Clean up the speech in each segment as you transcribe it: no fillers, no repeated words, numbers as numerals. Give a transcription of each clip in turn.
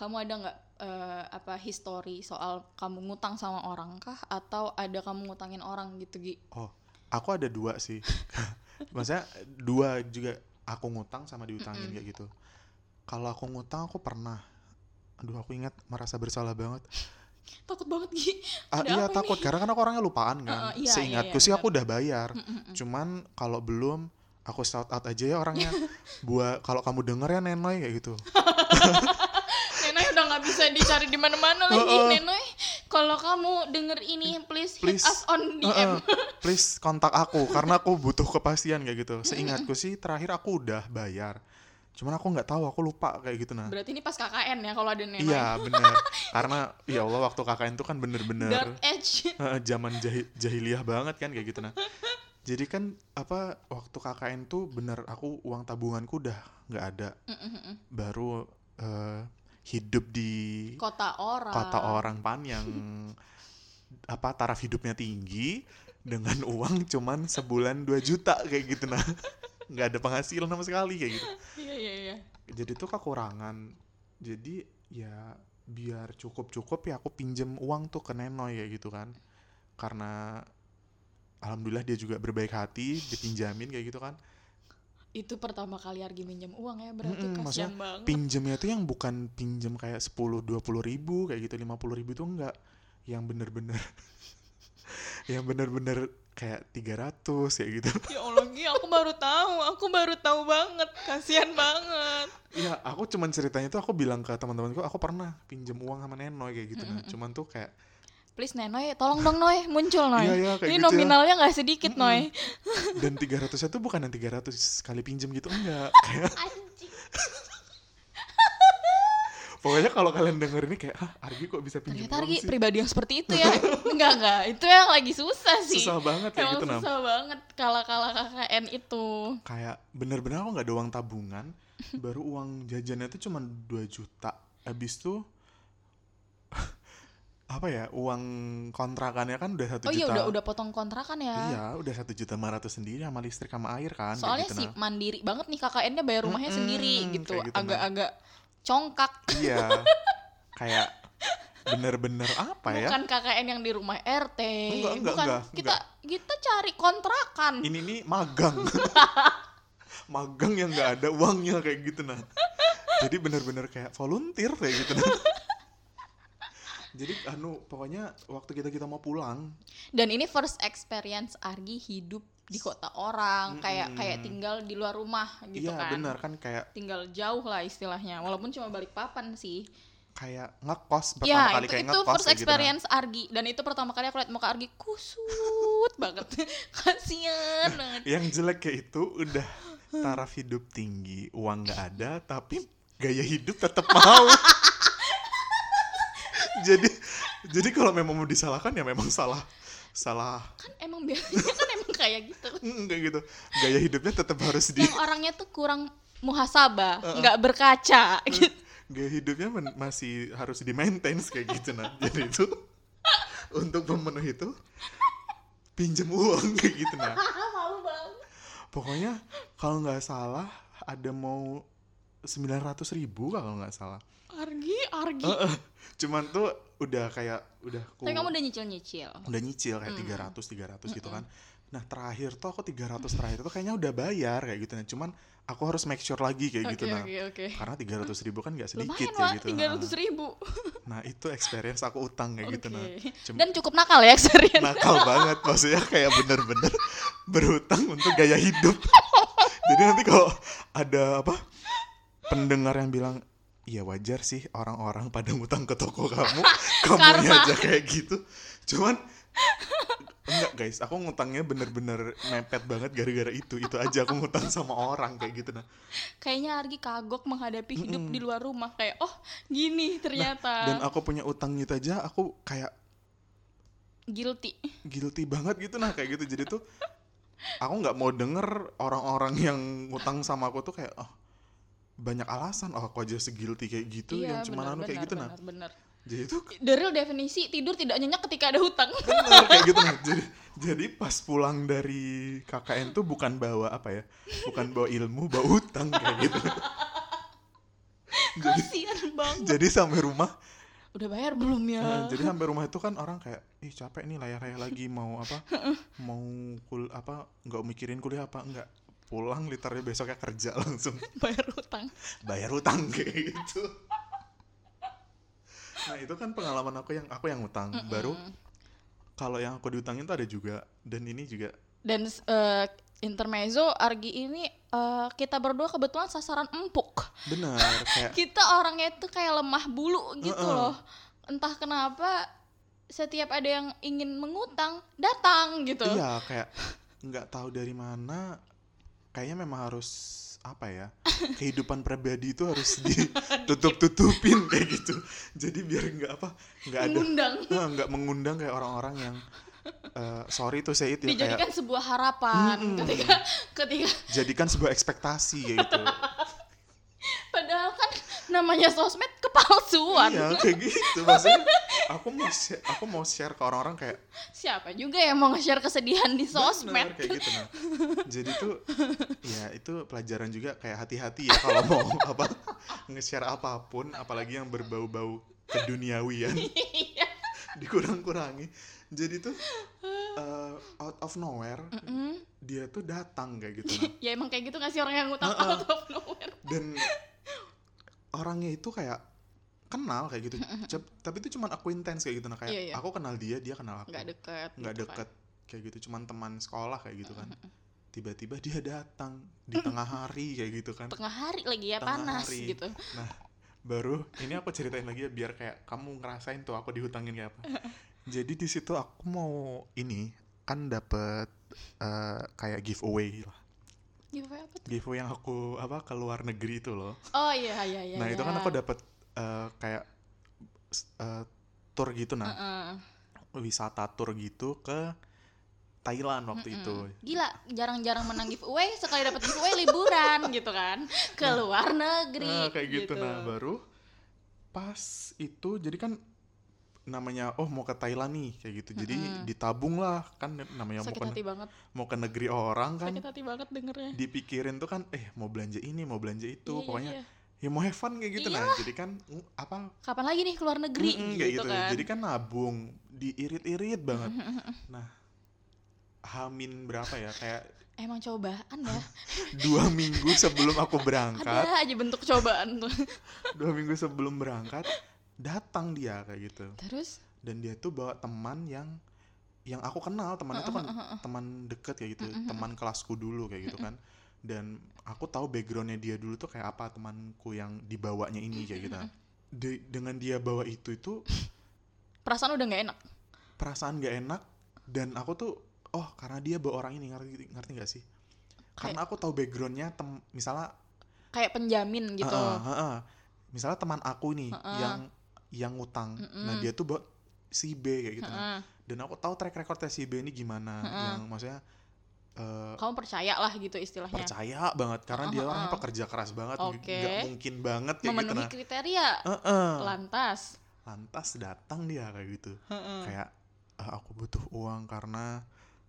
kamu ada nggak history soal kamu ngutang sama orang kah, atau ada kamu ngutangin orang gitu Gi? Oh, aku ada 2 sih. Maksudnya 2 juga, aku ngutang sama diutangin kayak gitu. Kalau aku ngutang aku pernah, aduh aku ingat merasa bersalah banget. Takut banget Gi. Iya takut, karena kan aku orangnya lupaan kan. Iya, Seingatku sih aku udah bayar. Cuman kalau belum, aku shout out aja ya orangnya. Buat kalau kamu denger ya Nenoy kayak gitu. Nenoy udah nggak bisa dicari di mana-mana lagi. Nenoy, kalau kamu denger ini please hit us on DM. Please kontak aku karena aku butuh kepastian kayak gitu. Seingatku sih terakhir aku udah bayar. Cuman aku nggak tahu, aku lupa kayak gitu nah. Berarti ini pas KKN ya kalau ada Nenoy. Iya benar. Karena ya Allah waktu KKN itu kan bener-bener Dark age. zaman jahiliyah banget kan kayak gitu nah. Jadi kan waktu KKN tuh bener aku uang tabunganku udah nggak ada. Baru hidup di kota orang pan yang taraf hidupnya tinggi dengan uang cuman sebulan 2 juta kayak gitu nah. Nggak ada penghasilan sama sekali kayak gitu. Iya. Jadi tuh kekurangan. Jadi ya biar cukup ya aku pinjem uang tuh ke Nenoy kayak gitu kan. Karena alhamdulillah dia juga berbaik hati, dipinjamin kayak gitu kan. Itu pertama kali Argi minjem uang ya, berarti kasihan banget. Pinjemnya tuh yang bukan pinjem kayak 10-20 ribu kayak gitu, 50 ribu tuh enggak. Yang bener-bener kayak 300 kayak gitu. Ya Allah Gi, aku baru tahu banget, kasihan banget. Iya, aku cuman ceritanya tuh aku bilang ke teman-temanku, aku pernah pinjem uang sama Nenoy kayak gitu. Nah, cuman tuh kayak please Nenoy, tolong dong Noy, muncul Noy. Iya, ini gitu nominalnya nggak sedikit Noy. Dan 300-nya tuh bukan yang 300 sekali pinjem gitu, enggak. Kayak Anjing. pokoknya kalau kalian denger ini kayak, Argi kok bisa pinjem ternyata uang Argi sih? pribadi yang seperti itu ya. Enggak, itu yang lagi susah sih. Susah banget kayak gitu. Susah banget kala KKN itu. Kayak bener-bener aku gak ada uang tabungan. Baru uang jajannya tuh cuma 2 juta. Habis tuh uang kontrakannya kan udah 1 juta. Oh iya udah potong kontrakan ya. Iya udah 1,5 juta sendiri sama listrik sama air kan. Soalnya gitu, sih mandiri banget nih KKN-nya, bayar rumahnya sendiri gitu. Agak-agak congkak. Iya. Kayak bener-bener Bukan KKN yang di rumah RT. Enggak. Kita cari kontrakan. Ini nih magang. Magang yang gak ada uangnya kayak gitu nah. Jadi bener-bener kayak volunteer kayak gitu nah. Jadi pokoknya waktu kita mau pulang. Dan ini first experience Argi hidup di kota orang, kayak tinggal di luar rumah gitu kan. Iya benar kan, kayak tinggal jauh lah istilahnya, walaupun cuma Balikpapan sih. Kayak ngekos pertama kali kayak ngekos. Itu first experience gitu, Argi. Dan itu pertama kali aku lihat muka Argi kusut banget. Kasian banget. Yang jelek kayak itu udah taraf hidup tinggi, uang nggak ada, tapi gaya hidup tetap mau. Jadi kalau memang mau disalahkan ya memang salah. Kan emang biasanya kan emang kayak gitu. Kayak gitu. Gaya hidupnya tetap harus yang orangnya tuh kurang muhasabah, nggak berkaca gitu. Gaya hidupnya masih harus di-maintain kayak gitu nah. Jadi itu untuk memenuhi itu pinjam uang kayak gitu nah. Malu banget. Pokoknya kalau nggak salah ada mau 900 ribu kalau nggak salah. Argi. Cuman tuh udah Tapi kamu udah nyicil. Udah nyicil kayak 300 gitu kan. Nah terakhir tuh aku 300 terakhir tuh kayaknya udah bayar kayak gitu. Nah cuman aku harus make sure lagi kayak gitu nah. Karena 300 ribu kan gak sedikit. Lumayan kayak gitu. 300 ribu. Nah itu experience aku utang kayak gitu nah. Dan cukup nakal ya experience. Nakal banget, maksudnya kayak bener-bener berhutang untuk gaya hidup. Jadi nanti kalau ada pendengar yang bilang, iya wajar sih orang-orang pada ngutang ke toko kamu aja kayak gitu. Cuman enggak guys, aku ngutangnya bener-bener mepet banget gara-gara itu aja aku ngutang sama orang kayak gitu nah. Kayaknya Argi kagok menghadapi hidup di luar rumah, kayak gini ternyata. Nah, dan aku punya utang gitu aja aku kayak guilty banget gitu nah kayak gitu. Jadi tuh aku nggak mau denger orang-orang yang ngutang sama aku tuh kayak banyak alasan, aku aja se-guilty kayak gitu, yang cuma kayak gitu nah. Bener. Jadi itu the real definisi tidur tidak nyenyak ketika ada hutang. Bener kayak gitu nah. Jadi pas pulang dari KKN tuh bukan bawa bukan bawa ilmu, bawa hutang kayak gitu. Kasian banget. Jadi sampai rumah, Udah bayar belum ya? jadi sampai rumah itu kan orang kayak, ih capek nih layar-layar lagi, mau apa, mau nggak mikirin kuliah apa, enggak, pulang literally besoknya kerja langsung Bayar utang kayak gitu. Nah itu kan pengalaman aku yang utang. Baru kalau yang aku diutangin tuh ada juga, dan ini juga. Dan intermezzo, Argi ini kita berdua kebetulan sasaran empuk. Benar, kayak Kita orangnya itu kayak lemah bulu gitu loh. Entah kenapa setiap ada yang ingin mengutang datang gitu. iya, kayak nggak tahu dari mana, kayaknya memang harus apa ya, kehidupan pribadi itu harus ditutup-tutupin kayak gitu. Jadi biar nggak ada nggak mengundang kayak orang-orang yang sorry to say it ya, dijadikan kayak sebuah harapan ketika jadikan sebuah ekspektasi kayak gitu. padahal kan namanya sosmed kepalsuan. Iya kayak gitu, maksudnya aku mau share ke orang-orang kayak Siapa juga yang mau nge-share kesedihan di sosmed. bener, kayak gitu. Nah jadi tuh ya itu pelajaran juga, kayak hati-hati ya kalau mau nge-share apapun, apalagi yang berbau-bau keduniawian. Dikurang-kurangi. Jadi tuh out of nowhere dia tuh datang kayak gitu. Nah Ya emang kayak gitu gak sih orang yang ngutang out of nowhere. dan orangnya itu kayak kenal kayak gitu, tapi itu cuman acquaintance kayak gitu. Nah kayak aku kenal dia kenal aku, nggak deket gitu kan. kayak gitu, cuman teman sekolah kayak gitu kan. Tiba-tiba dia datang di tengah hari kayak gitu kan, tengah hari lagi ya, tengah panas hari. gitu. Nah baru ini aku ceritain lagi ya, biar kayak kamu ngerasain tuh aku dihutangin kayak apa. Jadi di situ aku mau ini kan dapet kayak giveaway lah. Giveaway apa tuh? Giveaway yang aku ke luar negeri itu loh. Oh iya. Nah itu kan aku dapet kayak tour gitu, wisata tour gitu ke Thailand waktu itu. Gila, jarang-jarang menang giveaway, sekali dapat giveaway liburan gitu kan, ke luar negeri. Kayak gitu. Nah baru pas itu jadi kan namanya mau ke Thailand nih kayak gitu. Jadi ditabung lah kan, namanya sakit hati banget. mau ke negeri orang kan. Sakit hati banget dengernya. Dipikirin tuh kan mau belanja ini, mau belanja itu, pokoknya iya. ya mau have fun kayak gitu. Nah jadi kan kapan lagi nih keluar negeri kayak gitu kan. Jadi kan nabung, diirit-irit banget. Nah Hamin berapa ya, kayak emang cobaan ya. 2 minggu sebelum aku berangkat, ada aja bentuk cobaan tuh. 2 minggu sebelum berangkat datang dia kayak gitu. Terus Dan dia tuh bawa teman yang aku kenal, teman itu kan teman deket kayak gitu, teman kelasku dulu kayak gitu kan. Dan aku tahu backgroundnya dia dulu tuh kayak apa, temanku yang dibawanya ini kayak gitu. Dengan dia bawa itu perasaan udah nggak enak. Perasaan nggak enak. Dan aku tuh karena dia bawa orang ini, ngerti nggak sih? Karena aku tahu backgroundnya, misalnya kayak penjamin gitu. Misalnya teman aku nih yang ngutang, nah dia tuh bawa si B kayak gitu. Dan aku tahu track recordnya si B ini gimana, yang maksudnya kamu percaya lah gitu istilahnya. Percaya banget karena dia orangnya pekerja keras banget, nggak mungkin banget kayak memenuhi gitu. Kriteria. Lantas datang dia kayak gitu. Kayak aku butuh uang karena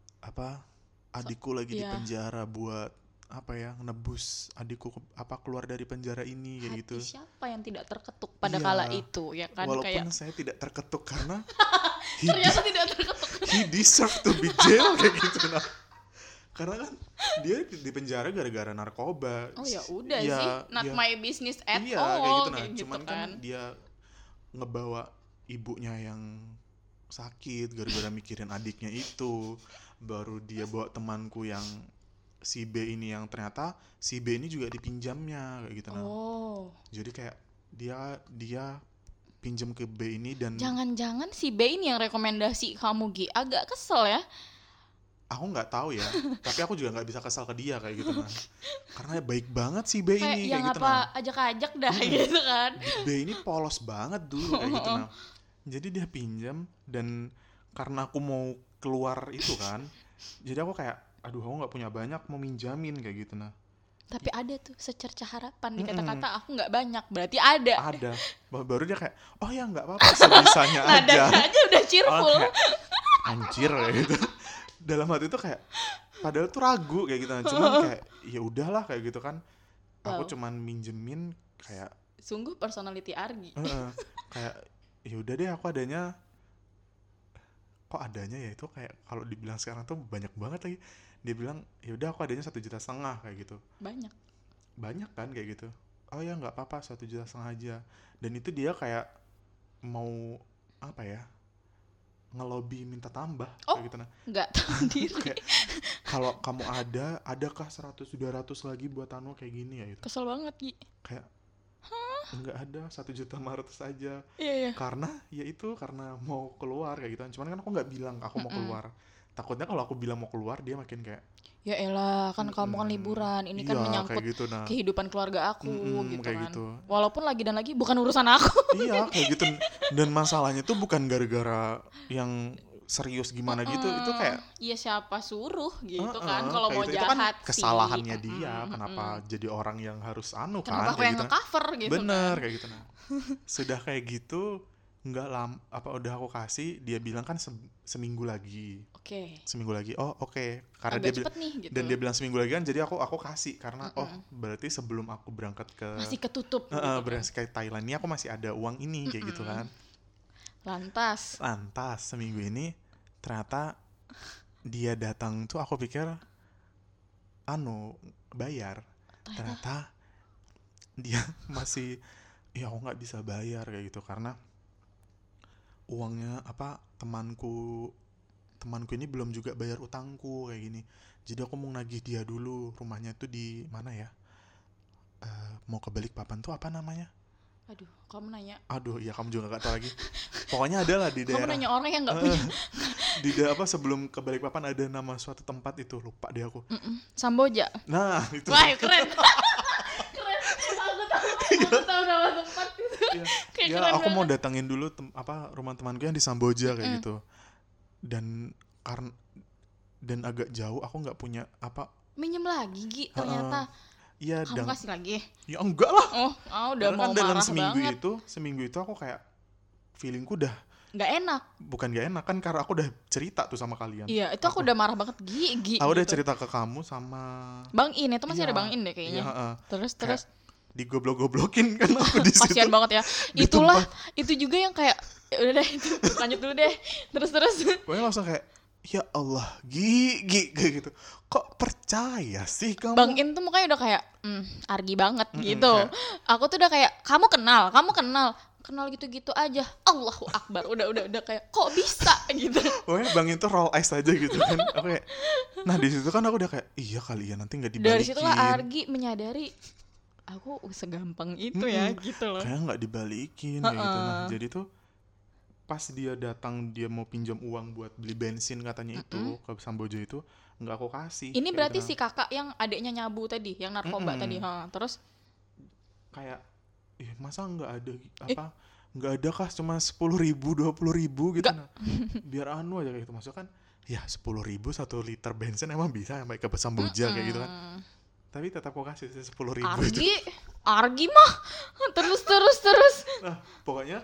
adikku lagi di penjara, buat nebus adikku keluar dari penjara ini kayak gitu. Siapa yang tidak terketuk pada kala itu ya kan? Walaupun saya tidak terketuk karena ternyata tidak terketuk. He deserve to be jail kayak gitu. Nah karena kan dia di penjara gara-gara narkoba. Oh ya udah sih, not my business at all. Kayak gitu. Nah cuman gitu kan dia ngebawa ibunya yang sakit gara-gara mikirin adiknya itu. Baru dia bawa temanku yang si B ini, yang ternyata si B ini juga dipinjamnya kayak gitu. Nah jadi kayak dia pinjam ke B ini, dan jangan-jangan si B ini yang rekomendasi kamu, Gi. Agak kesel ya. Aku nggak tahu ya, tapi aku juga nggak bisa kesal ke dia kayak gitu. Nah karena baik banget si B ini kayak gitu. Nah ajak-ajak dah gitu kan. B ini polos banget dulu kayak gitu. Nah jadi dia pinjam, dan karena aku mau keluar itu kan, jadi aku kayak aduh aku nggak punya banyak, mau minjamin kayak gitu. Nah tapi ada tuh secerca harapan di kata-kata aku nggak banyak, berarti ada. Baru dia kayak oh ya nggak apa-apa, sebisanya aja. Nadanya aja udah cheerful. Kayak, anjir kayak gitu. Dalam hati tuh kayak padahal tuh ragu kayak gitu. Cuman kayak ya udahlah kayak gitu kan. Aku cuman minjemin kayak Sungguh personality Argi. Kayak ya udah deh aku adanya, kok adanya ya, itu kayak kalau dibilang sekarang tuh banyak banget lagi. Dia bilang ya udah aku adanya 1,5 juta kayak gitu. Banyak kan kayak gitu. Oh ya nggak apa-apa 1,5 juta aja. Dan itu dia kayak mau apa ya, ngelobi minta tambah kayak gitu. Nah nggak tahu diri. kayak kalau kamu adakah 100-200 lagi buat Anu kayak gini ya gitu. Kesel banget Gi. Kayak nggak ada 1,5 juta aja. Iya. Karena ya itu karena mau keluar kayak gitu. Cuman kan aku nggak bilang aku mau keluar. Takutnya kalau aku bilang mau keluar dia makin kayak ya elah kan kamu kan liburan, ini kan menyangkut gitu, nah. kehidupan keluarga aku gitu kayak kan. gitu. Walaupun lagi dan lagi bukan urusan aku. Iya kayak gitu. Dan masalahnya tuh bukan gara-gara yang serius gimana gitu, itu kayak iya siapa suruh gitu kan kalau mau gitu. jahat Itu kan kesalahannya dia. Kenapa jadi orang yang harus kenapa aku yang gitu. nge-cover gitu. Bener kan. kayak gitu. Nah sudah kayak gitu nggak udah aku kasih, dia bilang kan seminggu lagi. Seminggu lagi. Karena agak dia cepet nih gitu. Dan dia bilang seminggu lagi kan, jadi aku kasih karena berarti sebelum aku berangkat ke masih ketutup gitu berangkat ke Thailand ini aku masih ada uang ini kayak gitu kan. Lantas seminggu ini ternyata dia datang tuh aku pikir bayar. Ternyata dia masih ya aku nggak bisa bayar kayak gitu karena uangnya temanku ini belum juga bayar utangku kayak gini. Jadi aku mau nagih dia dulu. Rumahnya tuh di mana ya? Mau ke Balikpapan tuh apa namanya? Aduh, kamu nanya. Aduh, ya kamu juga gak tahu lagi. Pokoknya ada lah di daerah. Kamu nanya orang yang gak punya. Di sebelum ke Balikpapan ada nama suatu tempat itu, lupa deh aku. Samboja. Nah, itu. Wah, keren. Keren. Aku tahu nama tempat itu. Ya, aku mau datangin dulu rumah temanku yang di Samboja kayak gitu. Dan agak jauh, aku nggak punya minjem lagi Gi ternyata. Iya, kamu kasih lagi? Ya enggak lah. Udah mau kan marah dalam banget. seminggu itu aku kayak feelingku udah nggak enak. Bukan nggak enak kan, karena aku udah cerita tuh sama kalian. Iya, itu aku udah marah banget Gi. Aku udah gitu. cerita ke kamu sama Bang In, itu masih ada Bang In deh kayaknya. Terus digoblok-goblokin kan aku di situ. Kasian banget ya. Itulah itu juga yang kayak udah deh, lanjut dulu deh. Terus. Pokoknya langsung kayak ya Allah, Gi kayak gitu. Kok percaya sih kamu? Bang In tuh mukanya udah kayak Argi banget gitu. Kayak, aku tuh udah kayak kamu kenal gitu-gitu aja. Allahu Akbar. Udah kayak kok bisa gitu. Pokoknya Bang In tuh roll eyes aja gitu kan. Aku kayak nah di situ kan aku udah kayak iya kali ya nanti enggak dibalikin. Dari situlah Argi menyadari aku segampang itu ya gitu loh. Kayak enggak dibalikin kayak gitu. Nah, jadi tuh pas dia datang, dia mau pinjam uang buat beli bensin katanya itu ke Samboja itu, nggak aku kasih. Ini berarti si kakak yang adiknya nyabu tadi, yang narkoba tadi. Terus kayak masa nggak ada nggak ada kah, cuma 10.000 20.000 gitu. Nah, biar aja kayak gitu. Maksudnya kan ya 10.000 1 liter bensin emang bisa sampai ke Samboja kayak gitu kan. Tapi tetap aku kasih 10.000 Argi mah terus. Nah pokoknya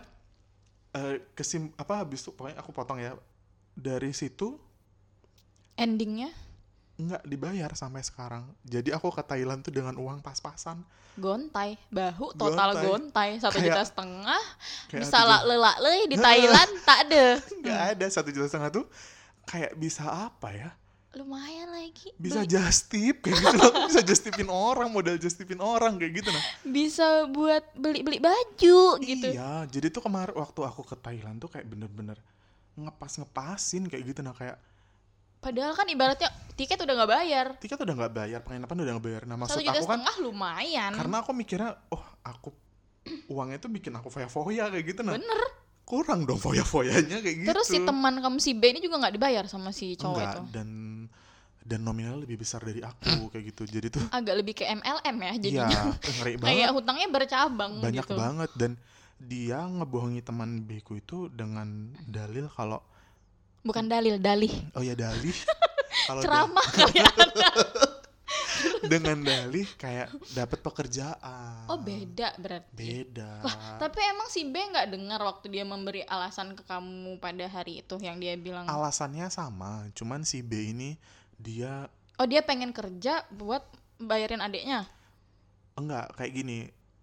habis itu pokoknya aku potong ya. Dari situ endingnya nggak dibayar sampai sekarang. Jadi aku ke Thailand tuh dengan uang pas-pasan. Gontai, bahu total gontai 1,5 juta. Bisa lelak di Thailand tak ada. Nggak ada 1,5 juta tuh kayak bisa apa ya? Lumayan lagi. Bisa just tip kayak gitu loh. Bisa just tipin orang, modal just tipin orang kayak gitu nah. Bisa buat beli baju gitu. Iya, jadi tuh kemarin waktu aku ke Thailand tuh kayak bener-bener ngepasin kayak gitu nah, kayak padahal kan ibaratnya tiket udah nggak bayar. Penginapan udah nggak bayar. Nah maksud 1,5 aku kan lumayan. Karena aku mikirnya uangnya tuh bikin aku foya-foya kayak gitu nah. Bener. Kurang dong foya-foyanya kayak gitu. Terus si teman kamu si B ini juga nggak dibayar sama si cowok itu. Dan nominal lebih besar dari aku kayak gitu. Jadi tuh agak lebih ke MLM ya jadinya. Iya, ngeri banget. Kayak hutangnya bercabang banyak gitu. Banget. Dan dia ngebohongi teman B-ku itu dengan dalil kalau bukan dalih. Oh ya dalih. Ceramah kalian. Dengan dalih kayak dapat pekerjaan. Oh beda berarti. Beda. Tapi emang si B nggak dengar waktu dia memberi alasan ke kamu pada hari itu yang dia bilang. Alasannya sama, cuman si B ini dia. Oh dia pengen kerja buat bayarin adiknya. Enggak, kayak gini.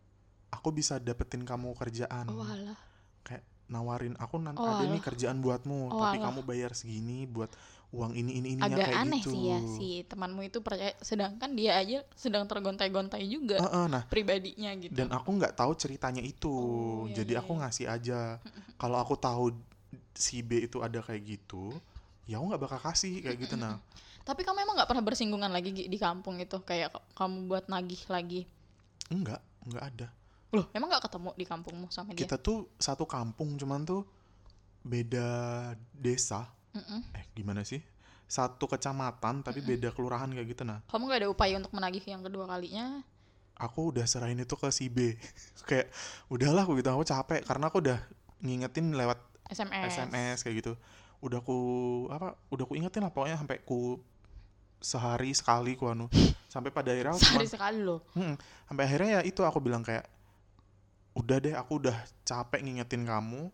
aku bisa dapetin kamu kerjaan. Oh alah. Kayak nawarin aku Oh ada nih alah. kerjaan buatmu, Oh tapi alah. kamu bayar segini buat uang ininya Agak kayak aneh gitu. sih ya si temanmu itu percaya, sedangkan dia aja sedang tergontai-gontai juga Nah, pribadinya gitu. dan aku nggak tahu ceritanya itu. Oh, iya, Jadi iya, aku iya. ngasih aja. Kalau aku tahu si B itu ada kayak gitu, ya aku nggak bakal kasih kayak gitu. Nah, Tapi kamu emang nggak pernah bersinggungan lagi Gi, di kampung itu kayak kamu buat nagih lagi? enggak ada. Loh, emang nggak ketemu di kampungmu sama dia? Kita tuh satu kampung, cuman tuh beda desa. Gimana sih? Satu kecamatan tapi beda kelurahan kayak gitu. Nah, Kamu nggak ada upaya untuk menagih yang kedua kalinya? aku udah serahin itu ke si B. Kayak udahlah, aku gitu, aku capek karena aku udah ngingetin lewat SMS kayak gitu. Udah ku ingetin lah pokoknya sampai sehari sekali sampai pada akhirnya aku Sehari sekali loh. sampai akhirnya ya itu aku bilang kayak udah deh, aku udah capek ngingetin kamu.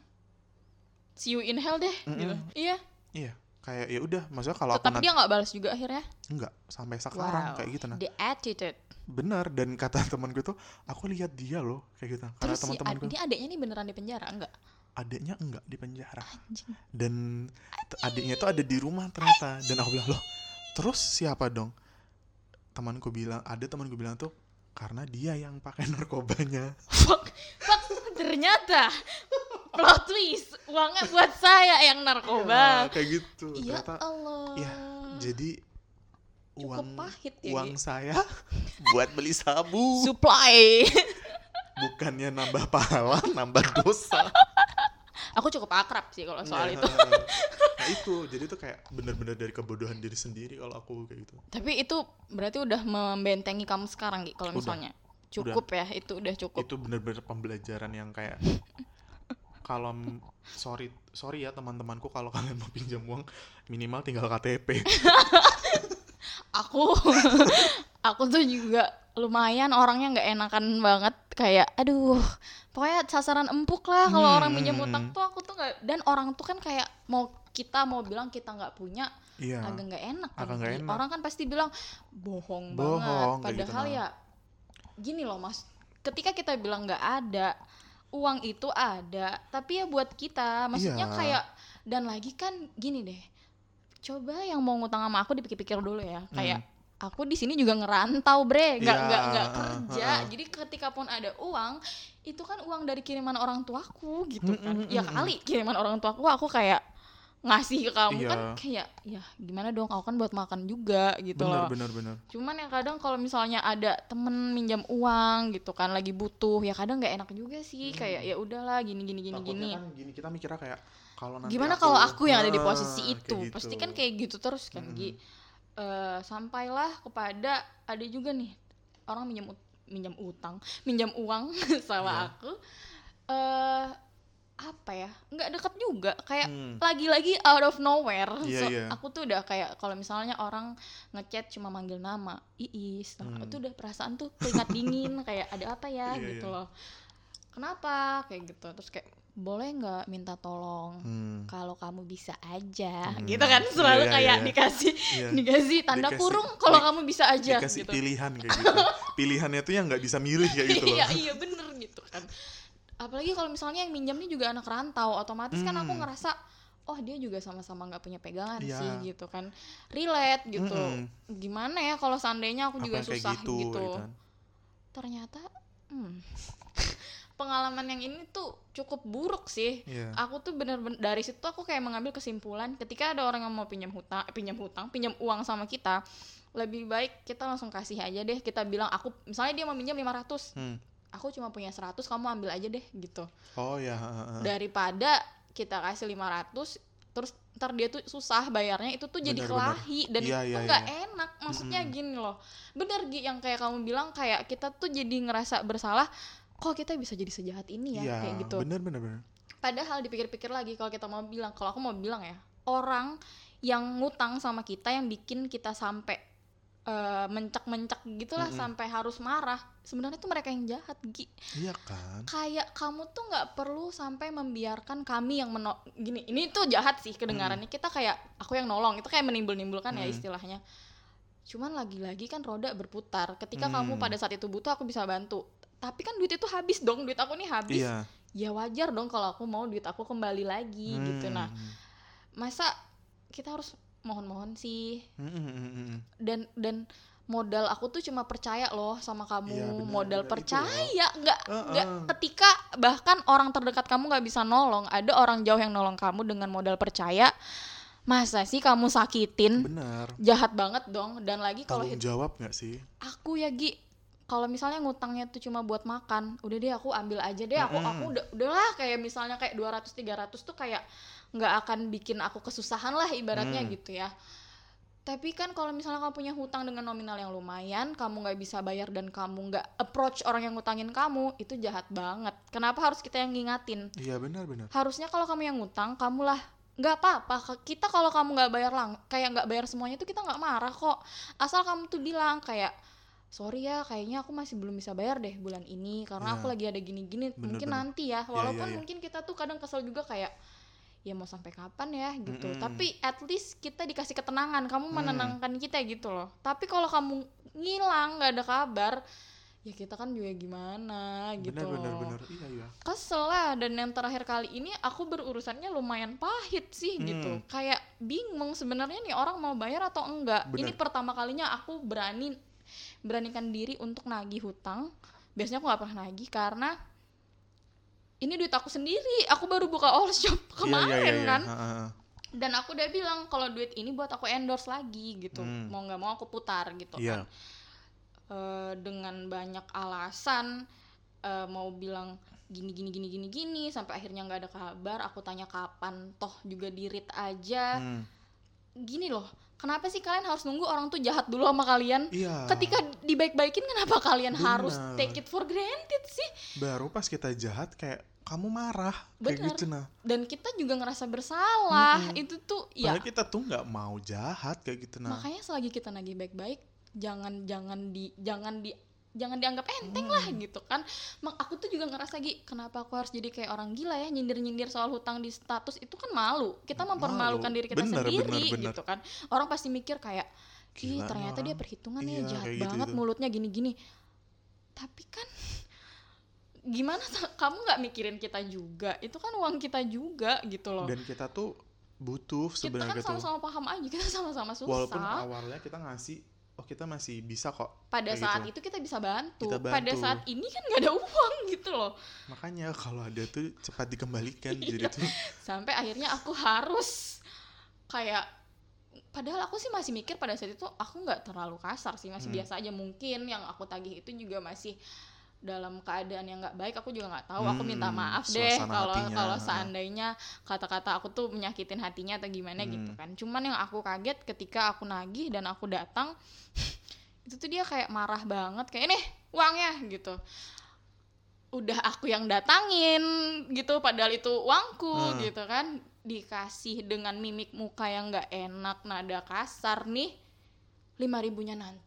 See you in hell deh gitu. Iya. Iya, kayak ya udah, maksudnya kalau aku Tapi dia nggak balas juga akhirnya. enggak sampai sekarang kayak gitu. Nah, The attitude. bener, dan kata teman gue tuh aku lihat dia loh kayak gitu. Karena Terus si teman-teman gue, ini adiknya nih beneran di penjara enggak? adiknya enggak di penjara. Anjing. Dan adiknya tuh ada di rumah ternyata. Dan aku bilang, loh terus siapa dong? Temanku bilang tuh karena dia yang pakai narkobanya. Fuck, ternyata plot twist, uangnya buat saya yang narkoba. Kayak gitu. Ya Ternyata Allah. ya, jadi Cukup pahit ya, uang Gi. saya buat beli sabu. Supply. Bukannya nambah pahala, nambah dosa. Aku cukup akrab sih kalau soal itu. Nah itu, jadi tuh kayak bener-bener dari kebodohan diri sendiri kalau aku kayak gitu. Tapi itu berarti udah membentengi kamu sekarang Gi, kalau misalnya. Cukup ya, itu udah cukup. Itu bener-bener pembelajaran yang kayak kalau sorry ya teman-temanku, kalau kalian mau pinjam uang minimal tinggal KTP. Aku tuh juga lumayan orangnya nggak enakan banget, kayak aduh pokoknya sasaran empuk lah kalau orang minjam utang tuh. Aku tuh nggak, dan orang tuh kan kayak mau bilang kita nggak punya, Iya. agak nggak enak kan. Agak nggak enak. Orang kan pasti bilang bohong Bohong, banget, kayak padahal gitu, ya gini loh Mas, ketika kita bilang nggak ada, uang itu ada tapi ya buat kita, maksudnya Iya. kayak, dan lagi kan gini deh, coba yang mau ngutang sama aku dipikir-pikir dulu ya, kayak aku di sini juga ngerantau bre, nggak kerja. Jadi ketika pun ada uang, itu kan uang dari kiriman orang tuaku gitu kan. Ya kali kiriman orang tuaku aku kayak ngasih ke kamu kan kayak ya gimana dong, aku kan buat makan juga gitu loh. Bener. Cuman ya kadang kalau misalnya ada temen minjam uang gitu kan lagi butuh, ya kadang nggak enak juga sih, kayak ya udahlah gini. Takutnya kan gini, kita mikirnya kayak kalau nanti Gimana kalau aku yang ada di posisi itu, kayak gitu. pasti kan kayak gitu terus kan Gi. Sampailah kepada ada juga nih orang minjam uang sama aku, apa ya, nggak deket juga, kayak lagi-lagi out of nowhere. Aku tuh udah kayak kalau misalnya orang ngechat cuma manggil nama Iis, aku tuh udah perasaan tuh keringat dingin kayak ada apa ya gitu loh, kenapa kayak gitu. Terus kayak boleh nggak minta tolong, kalau kamu bisa aja gitu kan, selalu kayak dikasih tanda kurung kalau kamu bisa aja dikasih gitu. pilihan kayak gitu. Pilihannya tuh yang nggak bisa milih kayak gitu loh. Iya bener gitu kan. Apalagi kalau misalnya yang minjamnya juga anak rantau, otomatis kan aku ngerasa oh dia juga sama-sama nggak punya pegangan sih gitu kan, relate gitu. Gimana ya kalau seandainya aku juga susah gitu. Kan. Ternyata pengalaman yang ini tuh cukup buruk sih. Aku tuh bener-bener dari situ aku kayak mengambil kesimpulan, ketika ada orang yang mau pinjam uang sama kita, lebih baik kita langsung kasih aja deh. Kita bilang, aku misalnya dia mau minjam 500, aku cuma punya 100, kamu ambil aja deh gitu. Oh ya. Daripada kita kasih 500 terus ntar dia tuh susah bayarnya, itu tuh jadi kelahi dan itu nggak enak. Maksudnya gini loh, bener Gi yang kayak kamu bilang, kayak kita tuh jadi ngerasa bersalah, kok kita bisa jadi sejahat ini ya, kayak gitu. Bener. Padahal dipikir-pikir lagi, kalau aku mau bilang ya, orang yang ngutang sama kita yang bikin kita sampai mencak-mencak gitulah, sampai harus marah, sebenarnya tuh mereka yang jahat Gi. Iya kan. Kayak kamu tuh nggak perlu sampai membiarkan kami yang gini, ini tuh jahat sih kedengarannya. Kita kayak aku yang nolong, itu kayak menimbul-nimbulkan ya istilahnya. Cuman lagi-lagi kan roda berputar. Ketika kamu pada saat itu butuh, aku bisa bantu. tapi kan duit itu habis dong, duit aku nih habis. Ya wajar dong kalau aku mau duit aku kembali lagi gitu. Nah, masa kita harus mohon-mohon sih. Dan modal aku tuh cuma percaya loh sama kamu, modal percaya, nggak ketika bahkan orang terdekat kamu nggak bisa nolong, ada orang jauh yang nolong kamu dengan modal percaya. Masa sih kamu sakitin? Bener. Jahat banget dong. Dan lagi kalau tanggung jawab nggak sih? Aku ya Gi, kalau misalnya ngutangnya tuh cuma buat makan, udah deh aku ambil aja deh. Aku udahlah, kayak misalnya kayak 200-300 tuh kayak nggak akan bikin aku kesusahan lah ibaratnya gitu ya. Tapi kan kalau misalnya kamu punya hutang dengan nominal yang lumayan, kamu nggak bisa bayar dan kamu nggak approach orang yang ngutangin kamu, itu jahat banget. Kenapa harus kita yang ngingatin? Iya benar. Harusnya kalau kamu yang ngutang, kamulah. Nggak apa-apa, kita kalau kamu nggak bayar kayak nggak bayar semuanya itu kita nggak marah kok, asal kamu tuh bilang kayak sorry ya, kayaknya aku masih belum bisa bayar deh bulan ini karena aku lagi ada gini-gini, mungkin nanti ya, walaupun mungkin kita tuh kadang kesel juga kayak ya mau sampai kapan ya gitu, tapi at least kita dikasih ketenangan, kamu menenangkan kita gitu loh. Tapi kalau kamu ngilang nggak ada kabar, ya kita kan juga gimana gitu. Bener. Iya. Kesel lah. Dan yang terakhir kali ini aku berurusannya lumayan pahit sih gitu. Kayak bingung sebenarnya nih orang mau bayar atau enggak. Bener. Ini pertama kalinya aku beranikan diri untuk nagih hutang. Biasanya aku gak pernah nagih karena ini duit aku sendiri. Aku baru buka all shop kemarin kan. Dan aku udah bilang kalau duit ini buat aku endorse lagi gitu. Mau gak mau aku putar gitu kan. Dengan banyak alasan, mau bilang gini sampai akhirnya nggak ada kabar. Aku tanya kapan, toh juga di-read aja. Gini loh, kenapa sih kalian harus nunggu orang tuh jahat dulu sama kalian? Ketika dibaik-baikin, kenapa kalian harus take it for granted sih? Baru pas kita jahat kayak kamu marah. Kayak gitu nah. Dan kita juga ngerasa bersalah. Itu tuh padahal kita tuh nggak mau jahat kayak gitu nah. Makanya selagi kita nagih baik-baik, jangan dianggap enteng lah gitu kan. Aku tuh juga ngerasa kenapa aku harus jadi kayak orang gila ya, nyindir soal hutang di status, itu kan malu. Kita mempermalukan diri kita sendiri gitu kan. Orang pasti mikir kayak ternyata dia perhitungannya jahat banget gitu. Mulutnya gini-gini. Tapi kan gimana, kamu nggak mikirin kita juga, itu kan uang kita juga gitu loh. Dan kita tuh butuh sebenarnya. Kita kan sama-sama paham aja, kita sama-sama susah. Walaupun awalnya kita ngasih, kita masih bisa kok. Pada saat itu kita bisa bantu. Pada saat ini kan nggak ada uang gitu loh. Makanya kalau ada tuh cepat dikembalikan. Jadi tuh sampai akhirnya aku harus kayak, padahal aku sih masih mikir pada saat itu aku nggak terlalu kasar sih, masih biasa aja. Mungkin yang aku tagih itu juga masih dalam keadaan yang nggak baik, aku juga nggak tahu. Aku minta maaf deh kalau seandainya kata-kata aku tuh menyakitin hatinya atau gimana gitu kan. Cuman yang aku kaget ketika aku nagih dan aku datang itu tuh dia kayak marah banget, kayak nih uangnya gitu. Udah aku yang datangin gitu, padahal itu uangku gitu kan. Dikasih dengan mimik muka yang nggak enak, nada kasar nih, 5.000-nya nanti.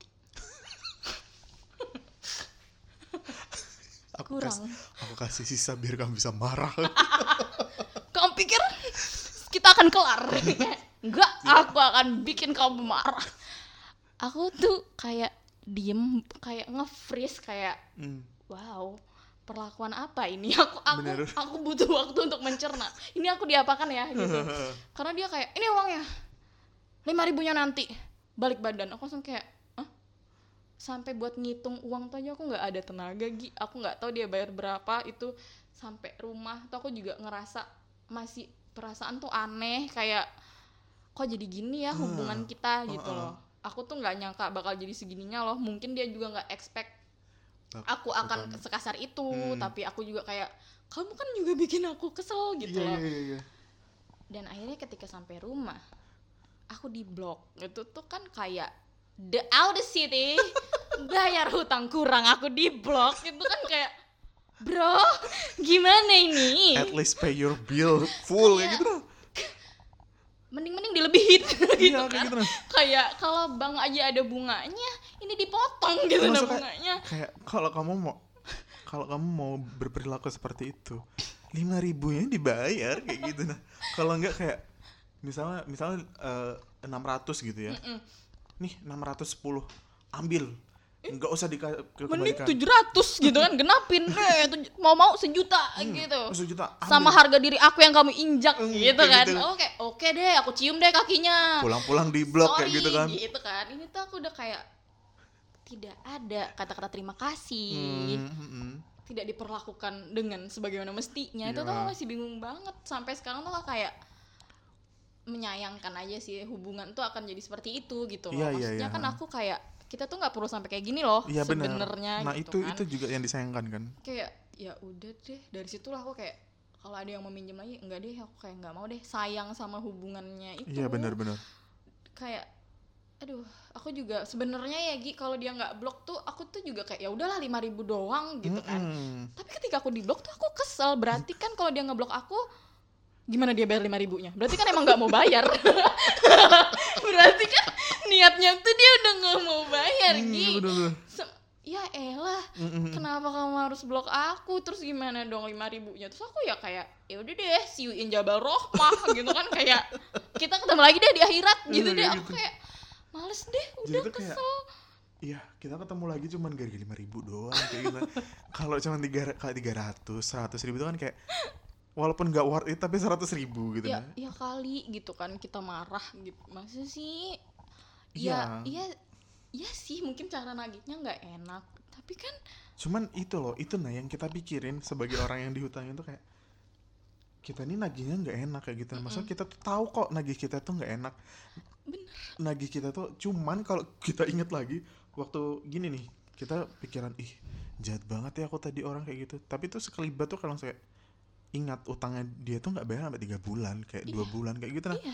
Aku kasih sisa biar kamu bisa marah. Kamu pikir kita akan kelar? Enggak, aku akan bikin kamu marah. Aku tuh kayak diem, kayak nge-freeze, kayak wow, perlakuan apa ini? Aku butuh waktu untuk mencerna. Ini aku diapakan ya gitu. Karena dia kayak, ini uangnya, 5.000-nya nanti, balik badan. Aku langsung kayak, sampai buat ngitung uang tuh aja aku nggak ada tenaga. Aku nggak tahu dia bayar berapa itu sampai rumah tuh. Aku juga ngerasa masih perasaan tuh aneh, kayak kok jadi gini ya hubungan kita gitu loh. Aku tuh nggak nyangka bakal jadi segininya loh. Mungkin dia juga nggak expect aku akan sekasar itu. Tapi aku juga kayak, kamu kan juga bikin aku kesel gitu loh. Dan akhirnya ketika sampai rumah aku diblok. Itu tuh kan kayak the audacity, bayar hutang kurang aku diblok. Itu kan kayak, bro, gimana ini? At least pay your bill full kayak gitu loh. Mending dilebihin gitu kan. Gitu kayak kalau bank aja ada bunganya, ini dipotong gitu nah bunganya. Kayak kalau kamu mau berperilaku seperti itu, 5.000-nya dibayar kayak gitu nah. Kalau enggak kayak misalnya 600 gitu ya. Nih 610 ambil, Enggak usah mending 700 gitu kan, genapin deh, mau sejuta gitu. Sejuta, sama harga diri aku yang kamu injak gitu kan. Gitu. Oke deh, aku cium deh kakinya. Pulang-pulang di blok kayak gitu kan. Gitu kan. Ini tuh aku udah kayak tidak ada kata-kata terima kasih. Tidak diperlakukan dengan sebagaimana mestinya. Itu tuh masih bingung banget. Sampai sekarang tuh kayak menyayangkan aja sih, hubungan tuh akan jadi seperti itu gitu loh. Maksudnya kan aku kayak kita tuh nggak perlu sampai kayak gini loh sebenarnya. Nah gitu itu juga yang disayangkan kan. Kayak ya udah deh, dari situlah aku kayak kalau ada yang mau minjem lagi enggak deh, aku kayak nggak mau deh, sayang sama hubungannya itu. Iya benar. Kayak aduh, aku juga sebenarnya ya Gi, kalau dia nggak blok tuh aku tuh juga kayak ya udahlah 5.000 doang gitu kan. Tapi ketika aku di blok tuh aku kesel, berarti kan kalau dia ngeblok aku gimana dia bayar 5.000-nya? Berarti kan emang nggak mau bayar. Berarti kan niatnya tuh dia udah nggak mau bayar, Gi. Ya elah, kenapa kamu harus blok aku? Terus gimana dong 5.000-nya? Terus aku ya kayak ya udah deh, see you in Jabal Rohmah gitu kan, kayak kita ketemu lagi deh di akhirat gitu deh. Aku kayak males deh, udah kesel. Iya, kita ketemu lagi cuman gara-gara 5.000 doang kayak gitu. Kalau cuman 300, 100 ribu itu kan kayak walaupun gak worth it tapi 100 ribu gitu ya, ya kali gitu kan kita marah gitu. Masa sih? Iya sih, mungkin cara nagihnya gak enak, tapi kan cuman itu loh, itu yang kita pikirin sebagai orang yang dihutangin tuh kayak kita nih nagihnya gak enak kayak gitu. Maksudnya kita tuh tahu kok nagih kita tuh gak enak. Bener. Nagih kita tuh cuman kalau kita inget lagi waktu gini nih, kita pikiran jahat banget ya aku tadi orang kayak gitu. Tapi tuh sekelibat tuh kalau kayak ingat utangnya dia tuh nggak bayar sampai 3 bulan, kayak 2 bulan kayak gitu nah.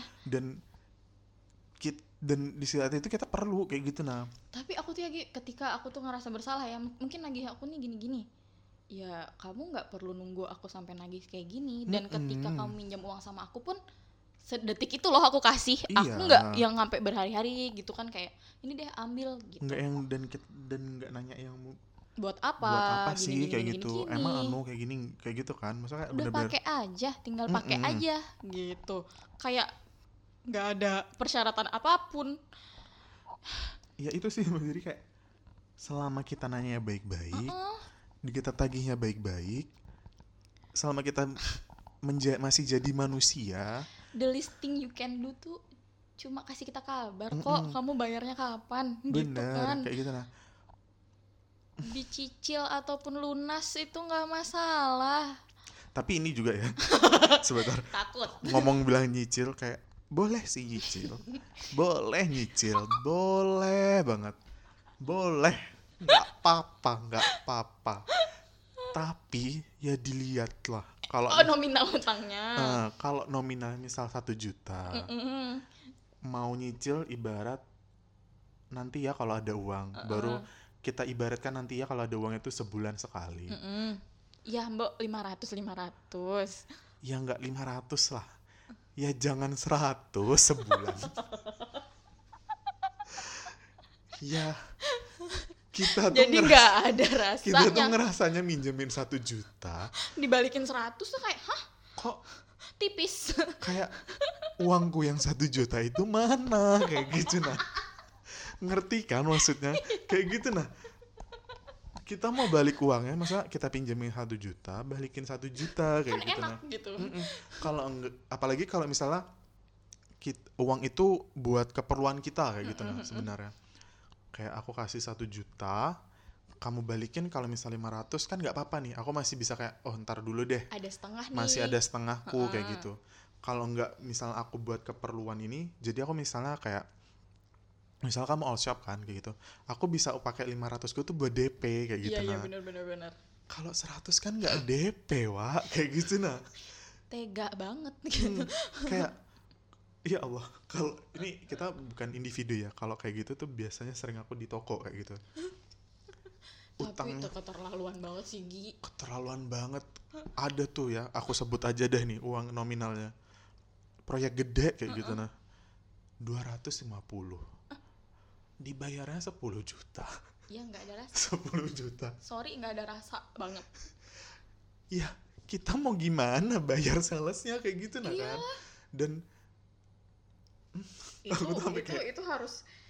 Dan di saat itu kita perlu kayak gitu nah. Tapi aku tuh ketika aku tuh ngerasa bersalah ya, mungkin nagih aku nih gini-gini. Ya kamu nggak perlu nunggu aku sampai nagih kayak gini. Dan ketika kamu minjam uang sama aku pun sedetik itu loh aku kasih. Aku nggak yang sampai berhari-hari gitu kan, kayak ini deh ambil gitu. Nggak yang dan nggak nanya yang buat apa sih kayak gitu. Emang kayak gini kayak gitu kan. Maksudnya udah pakai aja, tinggal pakai aja gitu. Kayak nggak ada persyaratan apapun. Ya itu sih, jadi kayak selama kita nanya baik-baik, kita tagihnya baik-baik, selama kita masih jadi manusia, the least thing you can do tuh cuma kasih kita kabar kok kamu bayarnya kapan. Bener, gitu kan. Kayak gitu nah. Dicicil ataupun lunas itu nggak masalah. Tapi ini juga ya, sebentar. Takut. Ngomong bilang nyicil kayak boleh sih nyicil, boleh nyicil, boleh banget, boleh, nggak apa-apa. Tapi ya dilihat lah. Kalau nominal utangnya. Kalau nominal misal 1 juta, mau nyicil ibarat nanti ya kalau ada uang baru. Kita ibaratkan nanti ya kalau ada uang itu sebulan sekali. Ya mbak 500. Ya nggak 500 lah. Ya jangan 100 sebulan. Ya kita tuh jadi nggak ada rasanya. Kita tuh ngerasanya minjemin 1 juta. Dibalikin 100 tuh kayak hah? Kok tipis. Kayak uangku yang 1 juta itu mana? Kayak gitu nah. Ngerti kan maksudnya? Kayak gitu nah. Kita mau balik uangnya, masa kita pinjemin 1 juta, balikin 1 juta kayak kan gitu enak nah. Gitu. Kalau apalagi kalau misalnya uang itu buat keperluan kita kayak gitu nah sebenarnya. Kayak aku kasih 1 juta, kamu balikin kalau misalnya 500 kan nggak apa-apa nih. Aku masih bisa kayak ntar dulu deh. Ada setengah nih. Masih ada setengahku kayak gitu. Kalau nggak misalnya aku buat keperluan ini, jadi aku misalnya kayak misal kamu all shop kan kayak gitu, aku bisa pakai 500ku tuh buat DP kayak gitu. Iya benar. Kalau 100 kan nggak DP Wak, kayak gitu nah. Tega banget gitu. Kayak ya Allah, kalau ini kita bukan individu ya, kalau kayak gitu tuh biasanya sering aku di toko kayak gitu. Tapi itu keterlaluan banget sih Gi. Keterlaluan banget. Ada tuh ya, aku sebut aja deh nih uang nominalnya. Proyek gede kayak gitu nah. 250. Dibayarnya 10 juta. Ya nggak ada rasa. 10 juta. Sorry, nggak ada rasa banget. Ya kita mau gimana bayar salesnya kayak gitu nah kan. Dan itu harus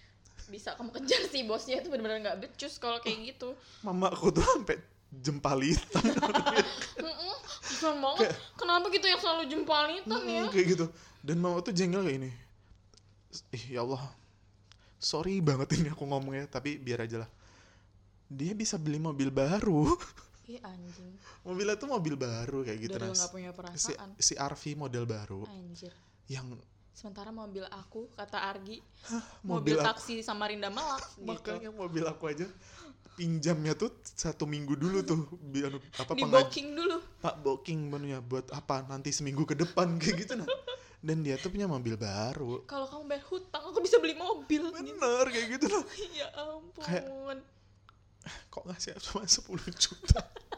bisa kamu kejar sih bosnya itu benar-benar nggak becus kalau kayak gitu. Mama aku tuh sampai jempalitan. Keren banget. Kenapa gitu yang selalu jempalitan ya? Kayak gitu. Dan mama tuh jengkel kayak ini. Ya Allah, sorry banget ini aku ngomongnya, tapi biar aja lah. Dia bisa beli mobil baru. Ih anjing. Mobilnya tuh mobil baru kayak gitu. Dari nggak punya perasaan. Si RV model baru. Anjir. Yang sementara mobil aku, kata Argi, mobil taksi Samarinda Melak gitu. Makanya mobil aku aja pinjamnya tuh 1 minggu dulu tuh biar apa booking dulu. Pak booking menunya buat apa nanti seminggu ke depan kayak gitu nah. Dan dia tuh punya mobil baru. Kalau kamu bayar hutang aku bisa beli mobil. Bener kayak gitu loh. Ya ampun. Kayak, kok ngasih cuma 10 juta.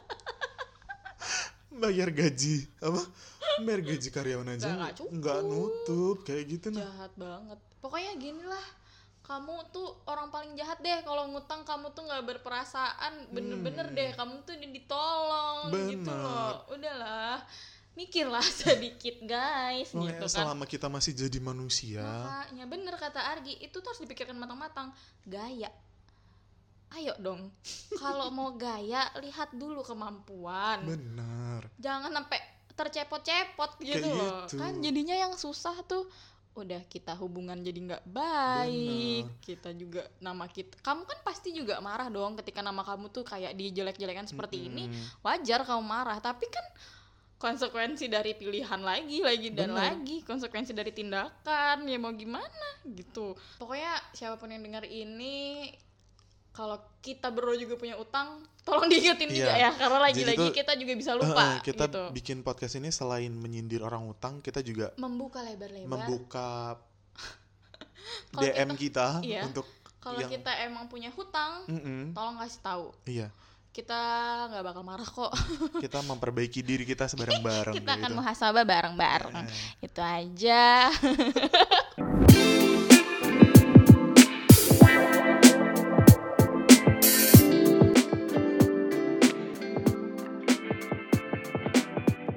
Bayar gaji karyawan aja nggak nutup kayak gitu nah. Jahat banget. Pokoknya gini lah, kamu tuh orang paling jahat deh kalau ngutang. Kamu tuh nggak berperasaan, bener-bener deh kamu tuh ditolong. Bener. Gitu loh. Udahlah, mikirlah sedikit guys. Gitu kan. Selama kita masih jadi manusia. Makanya bener kata Argi, itu tuh harus dipikirkan matang-matang. Gaya, ayo dong, kalau mau gaya lihat dulu kemampuan. Benar. Jangan sampai tercepot-cepot gitu loh. Gitu. Kan jadinya yang susah tuh udah kita hubungan jadi nggak baik. Benar. Kita juga nama kita, kamu kan pasti juga marah dong ketika nama kamu tuh kayak dijelek-jelekan seperti ini. Wajar kamu marah, tapi kan konsekuensi dari pilihan lagi dan lagi, konsekuensi dari tindakan, ya mau gimana gitu. Pokoknya siapapun yang dengar ini, kalau kita berdua juga punya utang, tolong diingetin juga ya, karena lagi-lagi kita juga bisa lupa. Kita gitu. Bikin podcast ini selain menyindir orang utang, kita juga membuka lebar-lebar, membuka DM kita untuk kalau kita emang punya hutang, tolong kasih tahu. Iya. Kita nggak bakal marah kok. Kita memperbaiki diri kita bareng-bareng. Kita akan muhasabah bareng-bareng. Itu aja.